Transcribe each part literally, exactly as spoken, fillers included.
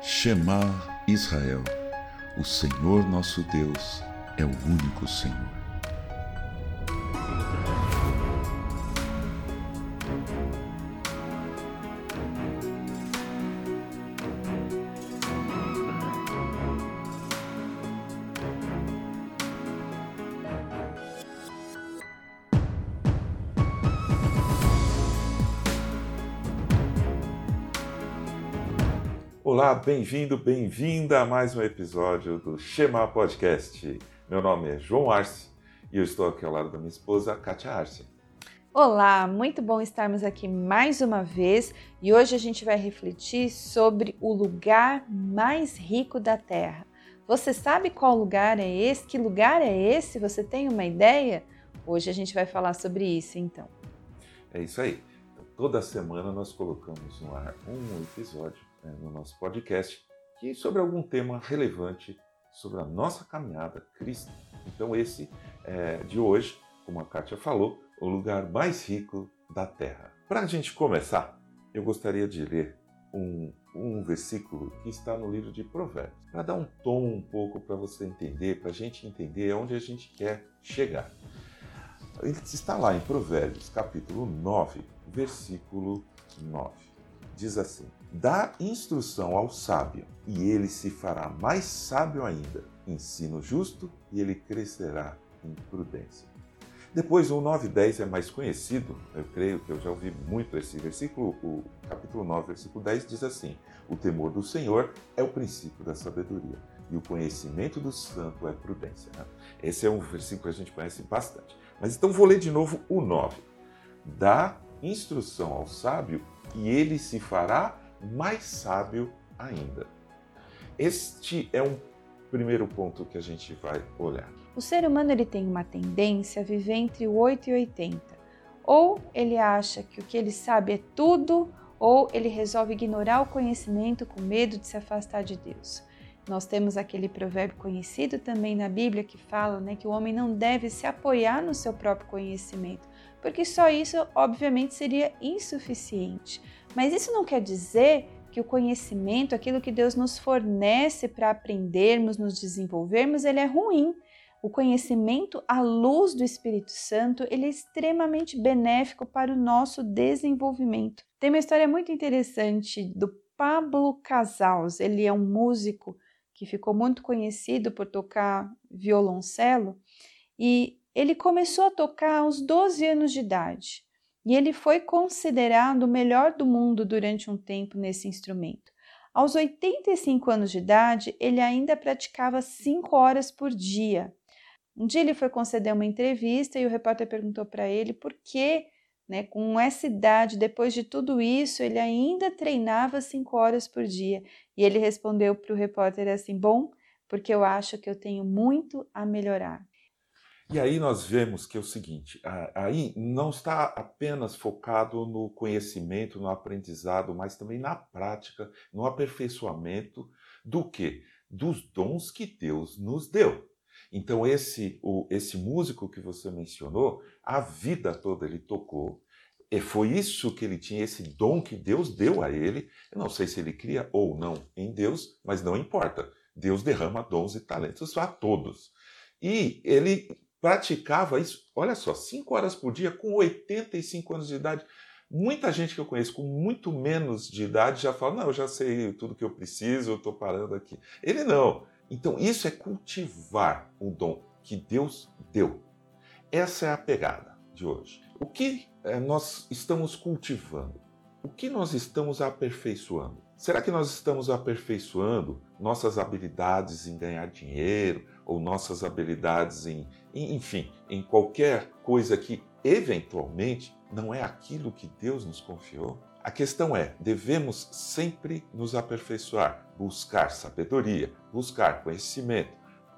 Shema Israel, o Senhor nosso Deus é o único Senhor. Olá, bem-vindo, bem-vinda a mais um episódio do Shema Podcast. Meu nome é João Arce e eu estou aqui ao lado da minha esposa, Kátia Arce. Olá, muito bom estarmos aqui mais uma vez e hoje a gente vai refletir sobre o lugar mais rico da Terra. Você sabe qual lugar é esse? Que lugar é esse? Você tem uma ideia? Hoje a gente vai falar sobre isso, então. É isso aí. Então, toda semana nós colocamos no ar um episódio né, no nosso podcast que é sobre algum tema relevante sobre a nossa caminhada cristã. Então esse é, de hoje, como a Kátia falou, o lugar mais rico da Terra. Para a gente começar, eu gostaria de ler um, um versículo que está no livro de Provérbios, para dar um tom um pouco para você entender, para a gente entender onde a gente quer chegar. Ele está lá em Provérbios, capítulo nove, versículo nove. Diz assim: dá instrução ao sábio, e ele se fará mais sábio ainda. Ensino justo, e ele crescerá em prudência. Depois, o nove e dez é mais conhecido, eu creio que eu já ouvi muito esse versículo, o capítulo nove, versículo dez diz assim: o temor do Senhor é o princípio da sabedoria, e o conhecimento do santo é prudência. Né? Esse é um versículo que a gente conhece bastante. Mas então vou ler de novo o nove. Dá instrução ao sábio, e ele se fará mais sábio ainda. Este é um primeiro ponto que a gente vai olhar. O ser humano ele tem uma tendência a viver entre o oito e oitenta. Ou ele acha que o que ele sabe é tudo, ou ele resolve ignorar o conhecimento com medo de se afastar de Deus. Nós temos aquele provérbio conhecido também na Bíblia que fala né, que o homem não deve se apoiar no seu próprio conhecimento, porque só isso, obviamente, seria insuficiente. Mas isso não quer dizer que o conhecimento, aquilo que Deus nos fornece para aprendermos, nos desenvolvermos, ele é ruim. O conhecimento à luz do Espírito Santo, ele é extremamente benéfico para o nosso desenvolvimento. Tem uma história muito interessante do Pablo Casals. Ele é um músico que ficou muito conhecido por tocar violoncelo e ele começou a tocar aos doze anos de idade e ele foi considerado o melhor do mundo durante um tempo nesse instrumento. Aos oitenta e cinco anos de idade, ele ainda praticava cinco horas por dia. Um dia ele foi conceder uma entrevista e o repórter perguntou para ele por que, né, com essa idade, depois de tudo isso, ele ainda treinava cinco horas por dia. E ele respondeu para o repórter assim: bom, porque eu acho que eu tenho muito a melhorar. E aí nós vemos que é o seguinte, aí não está apenas focado no conhecimento, no aprendizado, mas também na prática, no aperfeiçoamento do quê? Dos dons que Deus nos deu. Então esse, o, esse músico que você mencionou, a vida toda ele tocou, e foi isso que ele tinha, esse dom que Deus deu a ele. Eu não sei se ele cria ou não em Deus, mas não importa. Deus derrama dons e talentos a todos. E ele praticava isso, olha só, cinco horas por dia com oitenta e cinco anos de idade. Muita gente que eu conheço com muito menos de idade já fala, não, eu já sei tudo que eu preciso, eu estou parando aqui. Ele não. Então isso é cultivar o dom que Deus deu. Essa é a pegada de hoje. O que é, nós estamos cultivando? O que nós estamos aperfeiçoando? Será que nós estamos aperfeiçoando nossas habilidades em ganhar dinheiro ou nossas habilidades em, em, enfim, em qualquer coisa que eventualmente não é aquilo que Deus nos confiou? A questão é, devemos sempre nos aperfeiçoar, buscar sabedoria, buscar conhecimento,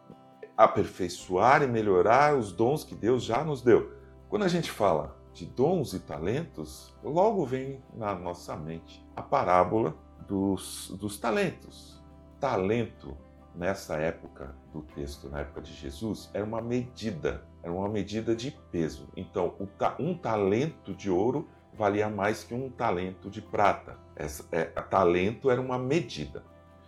aperfeiçoar e melhorar os dons que Deus já nos deu. Quando a gente fala de dons e talentos, logo vem na nossa mente a parábola dos, dos talentos. Talento, nessa época do texto, na época de Jesus, era uma medida, era uma medida de peso. Então, um talento de ouro valia mais que um talento de prata. Essa, é, talento era uma medida.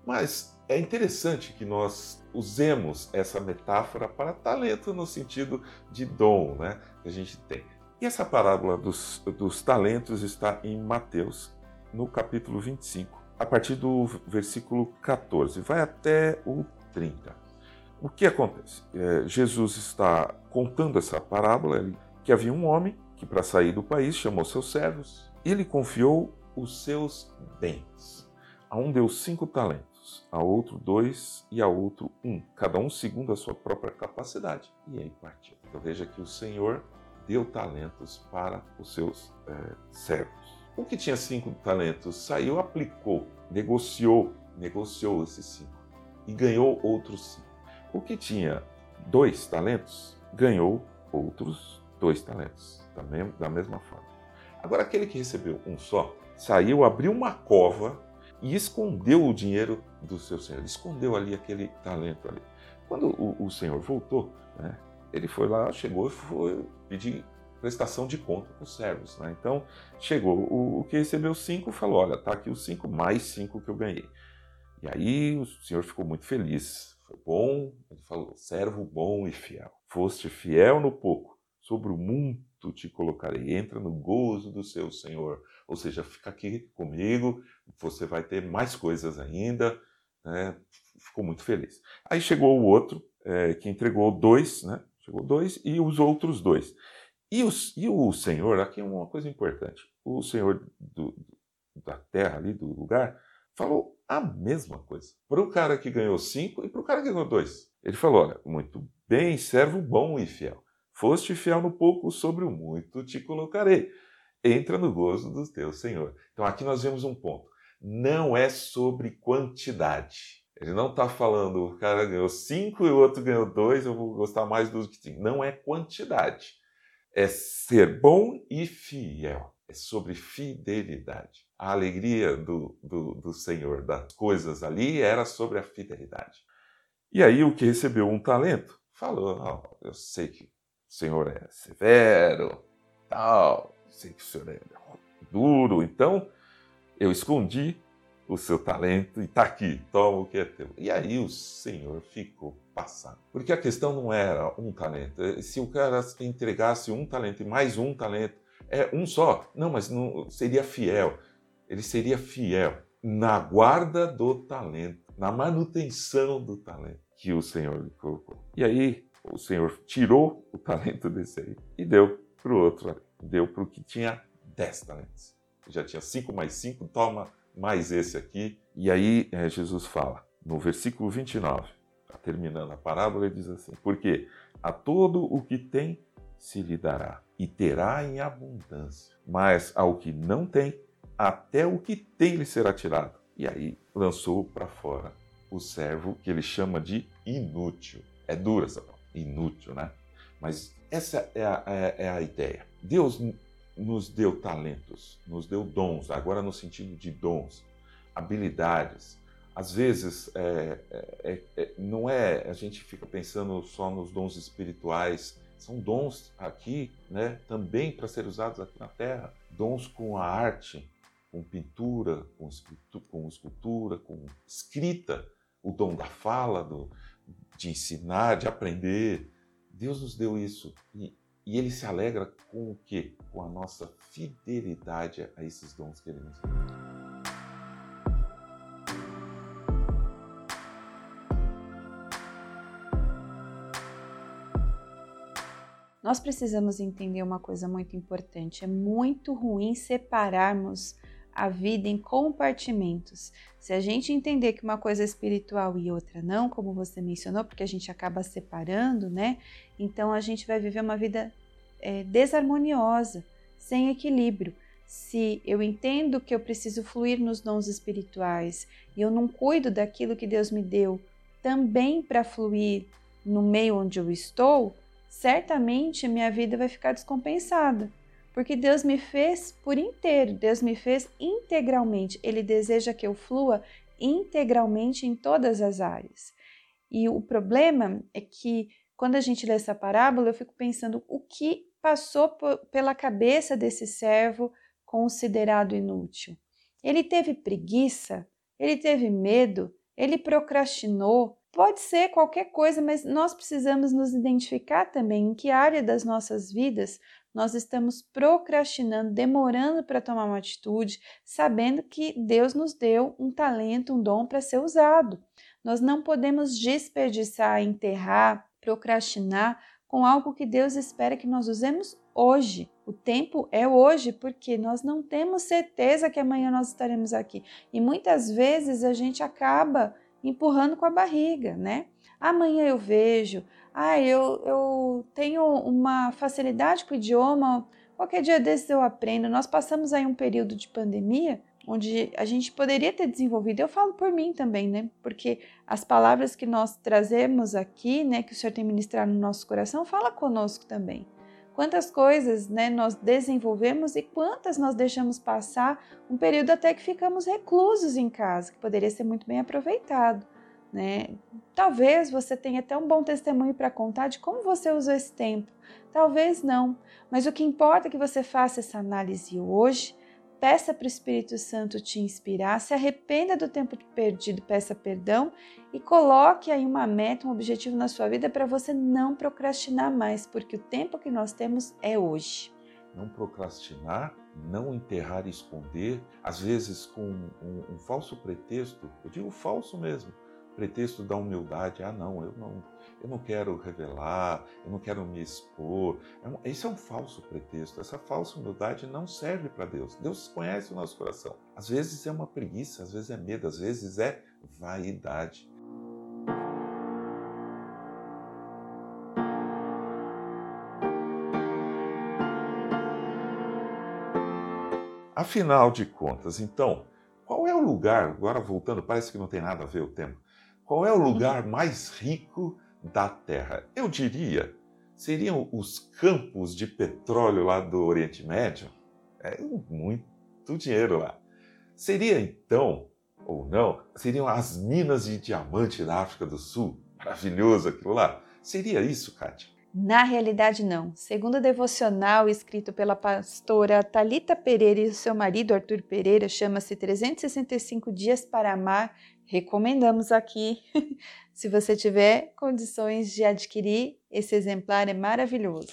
Mas é interessante que nós usemos essa metáfora para talento no sentido de dom, né, que a gente tem. E essa parábola dos, dos talentos está em Mateus, no capítulo vinte e cinco, a partir do versículo catorze, vai até o trinta. O que acontece? É, Jesus está contando essa parábola, ele, que havia um homem que, para sair do país, chamou seus servos e ele confiou os seus bens. A um deu cinco talentos, a outro dois e a outro um, cada um segundo a sua própria capacidade. E aí partiu. Então veja que o Senhor deu talentos para os seus é, servos. O que tinha cinco talentos saiu, aplicou, negociou, negociou esses cinco e ganhou outros cinco. O que tinha dois talentos ganhou outros dois talentos, também da mesma forma. Agora aquele que recebeu um só saiu, abriu uma cova e escondeu o dinheiro do seu senhor. Ele escondeu ali aquele talento ali. Quando o, o senhor voltou, né, ele foi lá, chegou e foi pedir prestação de conta para os servos. Né? Então, chegou o, o que recebeu cinco falou, olha, está aqui os cinco mais cinco que eu ganhei. E aí o senhor ficou muito feliz. Foi bom, ele falou, servo bom e fiel. Foste fiel no pouco, sobre o muito te colocarei. Entra no gozo do seu Senhor. Ou seja, fica aqui comigo, você vai ter mais coisas ainda. Né? Ficou muito feliz. Aí chegou o outro, é, que entregou dois, né? Chegou dois e os outros dois. E, os, e o Senhor, aqui é uma coisa importante, o Senhor do, da terra ali, do lugar, falou a mesma coisa para o cara que ganhou cinco e para o cara que ganhou dois. Ele falou, olha, muito bem, servo bom e fiel. Foste fiel no pouco, sobre o muito te colocarei. Entra no gozo do teu Senhor. Então aqui nós vemos um ponto. Não é sobre quantidade. Ele não está falando, o cara ganhou cinco e o outro ganhou dois, eu vou gostar mais do que cinco. Não é quantidade. É ser bom e fiel. É sobre fidelidade. A alegria do, do, do Senhor, das coisas ali, era sobre a fidelidade. E aí o que recebeu um talento, falou, oh, eu sei que o Senhor é severo, tal, eu sei que o Senhor é duro, então eu escondi o seu talento e está aqui, toma o que é teu. E aí o Senhor ficou passado. Porque a questão não era um talento. Se o cara entregasse um talento e mais um talento, é um só. Não, mas não seria fiel. Ele seria fiel na guarda do talento, na manutenção do talento que o Senhor lhe colocou. E aí o Senhor tirou o talento desse aí e deu para o outro ali. Deu para o que tinha dez talentos. Já tinha cinco mais cinco, toma mais esse aqui. E aí é, Jesus fala, no versículo vinte e nove, tá terminando a parábola, ele diz assim, porque a todo o que tem se lhe dará, e terá em abundância, mas ao que não tem, até o que tem lhe será tirado. E aí lançou para fora o servo que ele chama de inútil. É dura essa palavra, inútil, né? Mas essa é a, é, é a ideia. Deus nos deu talentos, nos deu dons, agora no sentido de dons, habilidades. Às vezes, é, é, é, não é, a gente fica pensando só nos dons espirituais, são dons aqui, né, também para ser usados aqui na Terra, dons com a arte, com pintura, com escultura, com escrita, o dom da fala, do, de ensinar, de aprender. Deus nos deu isso e, e Ele se alegra com o quê? Com a nossa fidelidade a esses dons que Ele nos deu. Nós precisamos entender uma coisa muito importante. É muito ruim separarmos a vida em compartimentos. Se a gente entender que uma coisa é espiritual e outra não, como você mencionou, porque a gente acaba separando, né? Então a gente vai viver uma vida é, desarmoniosa, sem equilíbrio. Se eu entendo que eu preciso fluir nos dons espirituais e eu não cuido daquilo que Deus me deu também para fluir no meio onde eu estou, certamente minha vida vai ficar descompensada. Porque Deus me fez por inteiro, Deus me fez integralmente. Ele deseja que eu flua integralmente em todas as áreas. E o problema é que quando a gente lê essa parábola, eu fico pensando o que passou pela cabeça desse servo considerado inútil. Ele teve preguiça? Ele teve medo? ele procrastinou. Pode ser qualquer coisa, mas nós precisamos nos identificar também em que área das nossas vidas nós estamos procrastinando, demorando para tomar uma atitude, sabendo que Deus nos deu um talento, um dom para ser usado. Nós não podemos desperdiçar, enterrar, procrastinar com algo que Deus espera que nós usemos hoje. O tempo é hoje, porque nós não temos certeza que amanhã nós estaremos aqui. E muitas vezes a gente acaba empurrando com a barriga, né? Amanhã eu vejo, ah, eu, eu tenho uma facilidade com o idioma, qualquer dia desses eu aprendo. Nós passamos aí um período de pandemia, onde a gente poderia ter desenvolvido, eu falo por mim também, né? Porque as palavras que nós trazemos aqui, né, que o Senhor tem ministrado no nosso coração, fala conosco também. Quantas coisas, né, nós desenvolvemos e quantas nós deixamos passar um período até que ficamos reclusos em casa, que poderia ser muito bem aproveitado, né? Talvez você tenha até um bom testemunho para contar de como você usou esse tempo, talvez não, mas o que importa é que você faça essa análise hoje, peça para o Espírito Santo te inspirar, se arrependa do tempo perdido, peça perdão e coloque aí uma meta, um objetivo na sua vida para você não procrastinar mais, porque o tempo que nós temos é hoje. Não procrastinar, não enterrar e esconder, às vezes com um, um falso pretexto, eu digo falso mesmo, pretexto da humildade. Ah, não, eu não, eu não quero revelar, eu não quero me expor. Esse é um falso pretexto. Essa falsa humildade não serve para Deus. Deus conhece o nosso coração. Às vezes é uma preguiça, às vezes é medo, às vezes é vaidade. Afinal de contas, então, qual é o lugar, agora voltando, parece que não tem nada a ver o tema, qual é o lugar mais rico da Terra? Eu diria, seriam os campos de petróleo lá do Oriente Médio? É muito dinheiro lá. Seria então, ou não, seriam as minas de diamante da África do Sul? Maravilhoso aquilo lá. Seria isso, Kátia? Na realidade, não. Segundo o devocional escrito pela pastora Thalita Pereira e seu marido Arthur Pereira, chama-se trezentos e sessenta e cinco Dias para Amar, recomendamos aqui. Se você tiver condições de adquirir, esse exemplar é maravilhoso.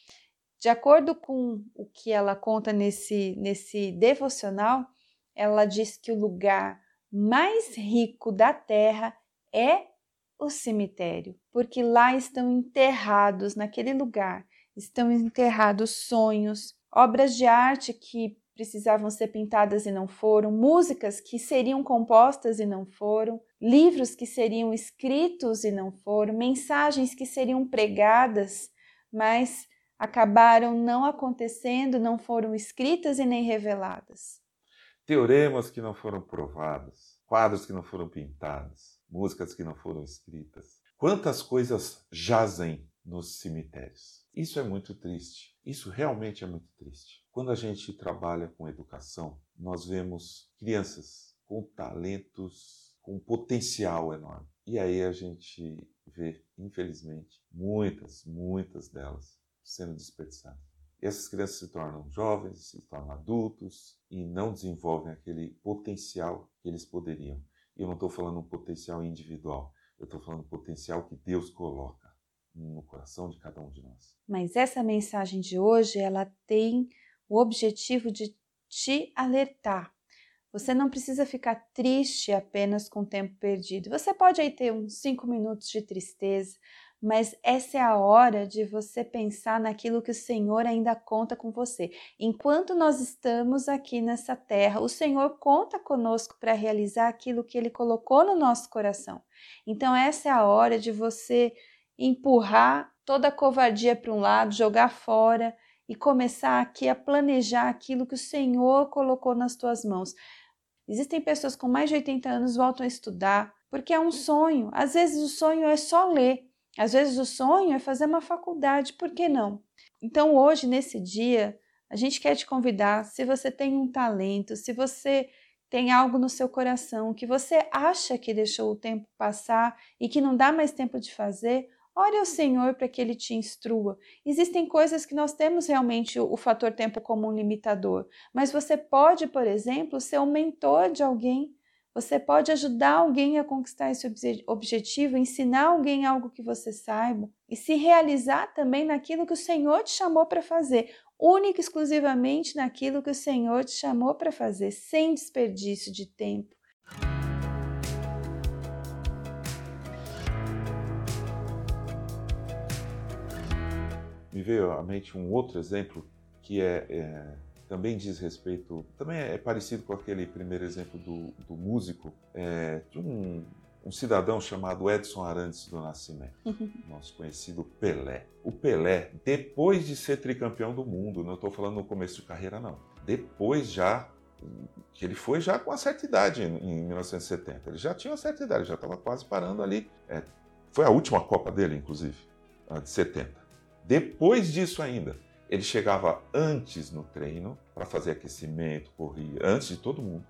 De acordo com o que ela conta nesse, nesse devocional, ela diz que o lugar mais rico da Terra é o cemitério, porque lá estão enterrados, naquele lugar, estão enterrados sonhos, obras de arte que precisavam ser pintadas e não foram, músicas que seriam compostas e não foram, livros que seriam escritos e não foram, mensagens que seriam pregadas, mas acabaram não acontecendo, não foram escritas e nem reveladas. Teoremas que não foram provados, quadros que não foram pintados, músicas que não foram escritas. Quantas coisas jazem nos cemitérios? Isso é muito triste. Isso realmente é muito triste. Quando a gente trabalha com educação, nós vemos crianças com talentos, com potencial enorme. E aí a gente vê, infelizmente, muitas, muitas delas sendo desperdiçadas. E essas crianças se tornam jovens, se tornam adultos e não desenvolvem aquele potencial que eles poderiam. E eu não estou falando um potencial individual, eu estou falando um potencial que Deus coloca no coração de cada um de nós. Mas essa mensagem de hoje, ela tem o objetivo de te alertar. Você não precisa ficar triste apenas com o tempo perdido. Você pode aí ter uns cinco minutos de tristeza, mas essa é a hora de você pensar naquilo que o Senhor ainda conta com você. Enquanto nós estamos aqui nessa terra, o Senhor conta conosco para realizar aquilo que Ele colocou no nosso coração. Então essa é a hora de você empurrar toda a covardia para um lado, jogar fora e começar aqui a planejar aquilo que o Senhor colocou nas tuas mãos. Existem pessoas com mais de oitenta anos que voltam a estudar porque é um sonho. Às vezes o sonho é só ler. Às vezes o sonho é fazer uma faculdade, por que não? Então hoje, nesse dia, a gente quer te convidar, se você tem um talento, se você tem algo no seu coração que você acha que deixou o tempo passar e que não dá mais tempo de fazer, ore ao Senhor para que Ele te instrua. Existem coisas que nós temos realmente o, o fator tempo como um limitador, mas você pode, por exemplo, ser o mentor de alguém. Você pode ajudar alguém a conquistar esse objetivo, ensinar alguém algo que você saiba e se realizar também naquilo que o Senhor te chamou para fazer, única e exclusivamente naquilo que o Senhor te chamou para fazer, sem desperdício de tempo. Me veio à mente um outro exemplo que é, é, também diz respeito, também é parecido com aquele primeiro exemplo do, do músico, é, de um, um cidadão chamado Edson Arantes do Nascimento, uhum. nosso conhecido Pelé. O Pelé, depois de ser tricampeão do mundo, não estou falando no começo de carreira não, depois já, que ele foi já com uma certa idade em, em mil novecentos e setenta, ele já tinha uma certa idade, já estava quase parando ali, é, foi a última Copa dele inclusive, a de setenta. Depois disso ainda, ele chegava antes no treino para fazer aquecimento, corria antes de todo mundo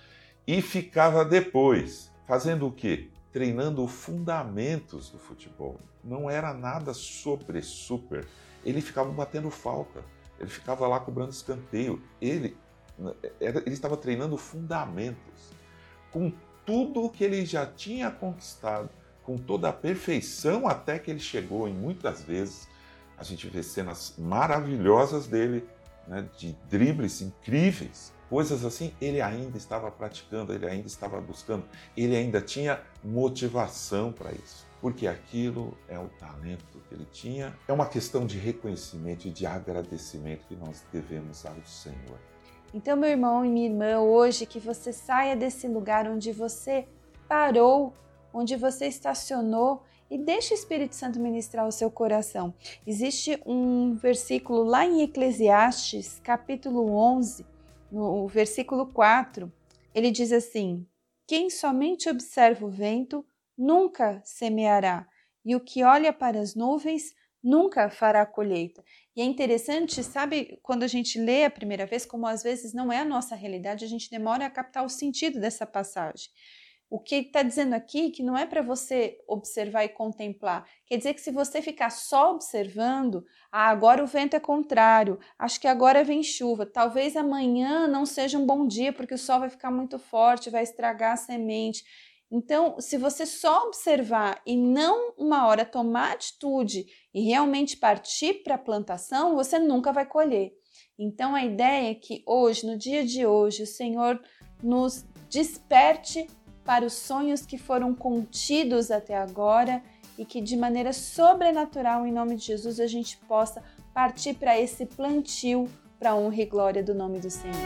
e ficava depois fazendo o quê? Treinando fundamentos do futebol. Não era nada sobre super. Ele ficava batendo falta, ele ficava lá cobrando escanteio. Ele, ele estava treinando fundamentos com tudo o que ele já tinha conquistado, com toda a perfeição até que ele chegou em muitas vezes. A gente vê cenas maravilhosas dele, né, de dribles incríveis, coisas assim, ele ainda estava praticando, ele ainda estava buscando, ele ainda tinha motivação para isso, porque aquilo é o talento que ele tinha, é uma questão de reconhecimento e de agradecimento que nós devemos ao Senhor. Então, meu irmão e minha irmã, hoje que você saia desse lugar onde você parou, onde você estacionou, e deixe o Espírito Santo ministrar o seu coração. Existe um versículo lá em Eclesiastes, capítulo onze, no versículo quatro, ele diz assim: quem somente observa o vento nunca semeará, e o que olha para as nuvens nunca fará colheita. E é interessante, sabe, quando a gente lê a primeira vez, como às vezes não é a nossa realidade, a gente demora a captar o sentido dessa passagem. O que está dizendo aqui que não é para você observar e contemplar. Quer dizer que se você ficar só observando, ah, agora o vento é contrário, acho que agora vem chuva, talvez amanhã não seja um bom dia porque o sol vai ficar muito forte, vai estragar a semente. Então, se você só observar e não uma hora tomar atitude e realmente partir para a plantação, você nunca vai colher. Então, a ideia é que hoje, no dia de hoje, o Senhor nos desperte para os sonhos que foram contidos até agora e que de maneira sobrenatural, em nome de Jesus, a gente possa partir para esse plantio para a honra e glória do nome do Senhor.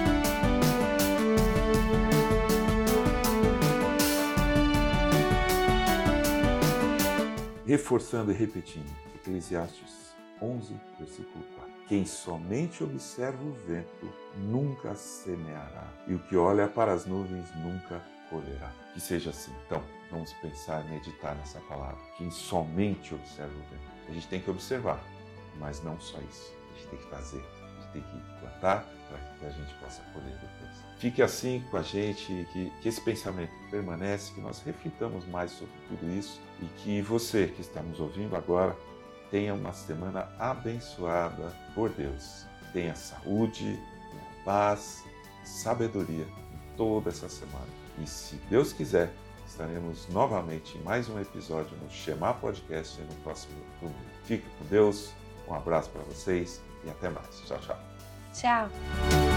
Reforçando e repetindo, Eclesiastes onze, versículo quatro. Quem somente observa o vento nunca semeará, e o que olha para as nuvens nunca colherá. Que seja assim. Então, vamos pensar, meditar nessa palavra. Quem somente observa o vento. A gente tem que observar, mas não só isso. A gente tem que fazer, a gente tem que plantar para que a gente possa colher depois. Fique assim com a gente, que, que esse pensamento permanece, que nós reflitamos mais sobre tudo isso e que você que está nos ouvindo agora tenha uma semana abençoada por Deus. Tenha saúde, tenha paz, sabedoria em toda essa semana. E se Deus quiser, estaremos novamente em mais um episódio no Shema Podcast no próximo domingo. Fique com Deus, um abraço para vocês e até mais. Tchau, tchau. Tchau.